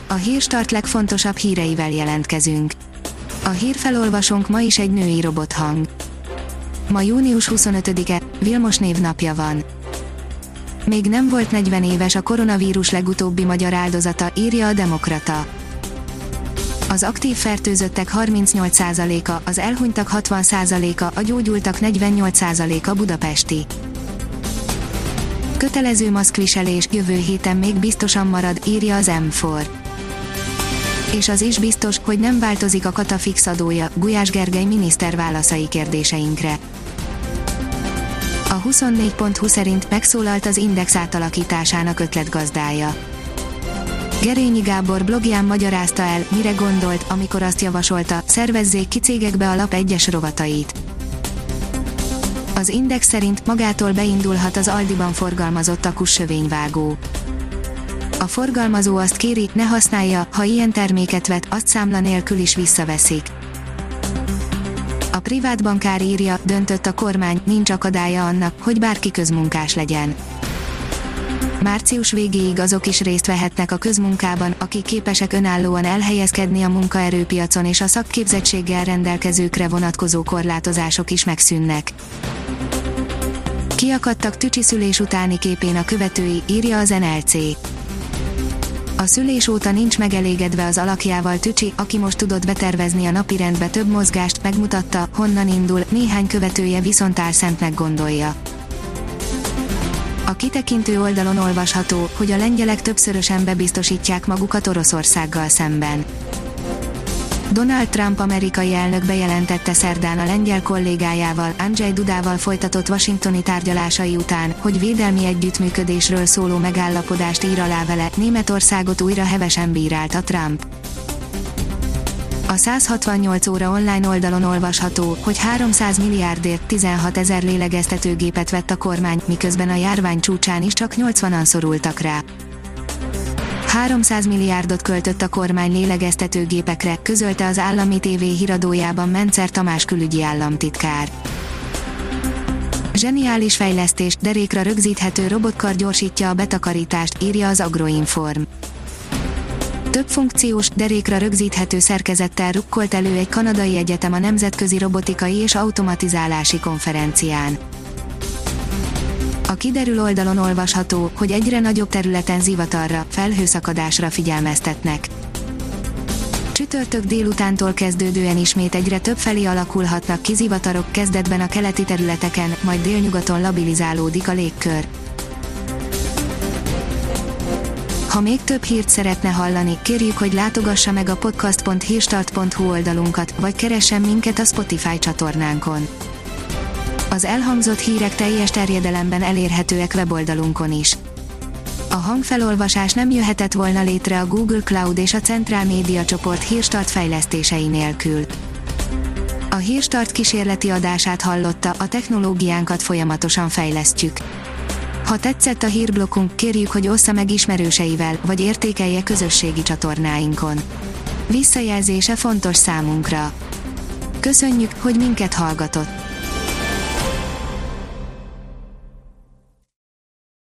A Hírstart legfontosabb híreivel jelentkezünk. A hírfelolvasónk ma is egy női robothang. Ma június 25-e, Vilmos névnapja van. Még nem volt 40 éves a koronavírus legutóbbi magyar áldozata, írja a Demokrata. Az aktív fertőzöttek 38%-a, az elhunytak 60%-a, a gyógyultak 48%-a budapesti. Kötelező maszkviselés, jövő héten még biztosan marad, írja az M4. És az is biztos, hogy nem változik a katafix adója, Gulyás Gergely miniszter válaszai kérdéseinkre. A 24.20 szerint megszólalt az Index átalakításának ötletgazdája. Gerényi Gábor blogján magyarázta el, mire gondolt, amikor azt javasolta, szervezzék ki cégekbe a lap egyes rovatait. Az Index szerint magától beindulhat az Aldiban forgalmazott akussövényvágó. A forgalmazó azt kéri, ne használja, ha ilyen terméket vet, azt számla nélkül is visszaveszik. A privát bankár írja, döntött a kormány, nincs akadálya annak, hogy bárki közmunkás legyen. Március végéig azok is részt vehetnek a közmunkában, akik képesek önállóan elhelyezkedni a munkaerőpiacon, és a szakképzettséggel rendelkezőkre vonatkozó korlátozások is megszűnnek. Kiakadtak Tücsi szülés utáni képén a követői, írja az NLC. A szülés óta nincs megelégedve az alakjával Tücsi, aki most tudott betervezni a napirendbe több mozgást, megmutatta, honnan indul, néhány követője viszont álszentnek gondolja. A kitekintő oldalon olvasható, hogy a lengyelek többszörösen bebiztosítják magukat Oroszországgal szemben. Donald Trump amerikai elnök bejelentette szerdán a lengyel kollégájával, Andrzej Dudával folytatott washingtoni tárgyalásai után, hogy védelmi együttműködésről szóló megállapodást ír alá vele, Németországot újra hevesen bírálta Trump. A 168 óra online oldalon olvasható, hogy 300 milliárdért 16 000 lélegeztetőgépet vett a kormány, miközben a járvány csúcsán is csak 80-an szorultak rá. 300 milliárdot költött a kormány lélegeztetőgépekre, közölte az Állami TV híradójában Mencer Tamás külügyi államtitkár. Zseniális fejlesztés, derékra rögzíthető robotkar gyorsítja a betakarítást, írja az Agroinform. Több funkciós, derékra rögzíthető szerkezettel rukkolt elő egy kanadai egyetem a Nemzetközi Robotikai és Automatizálási Konferencián. A kiderül oldalon olvasható, hogy egyre nagyobb területen zivatarra, felhőszakadásra figyelmeztetnek. Csütörtök délutántól kezdődően ismét egyre többfelé alakulhatnak ki zivatarok, kezdetben a keleti területeken, majd délnyugaton labilizálódik a légkör. Ha még több hírt szeretne hallani, kérjük, hogy látogassa meg a podcast.hírstart.hu oldalunkat, vagy keressen minket a Spotify csatornánkon. Az elhangzott hírek teljes terjedelemben elérhetőek weboldalunkon is. A hangfelolvasás nem jöhetett volna létre a Google Cloud és a Centrál Média csoport Hírstart fejlesztései nélkül. A Hírstart kísérleti adását hallotta, a technológiánkat folyamatosan fejlesztjük. Ha tetszett a hírblokkunk, kérjük, hogy ossza meg ismerőseivel, vagy értékelje közösségi csatornáinkon. Visszajelzése fontos számunkra. Köszönjük, hogy minket hallgatott!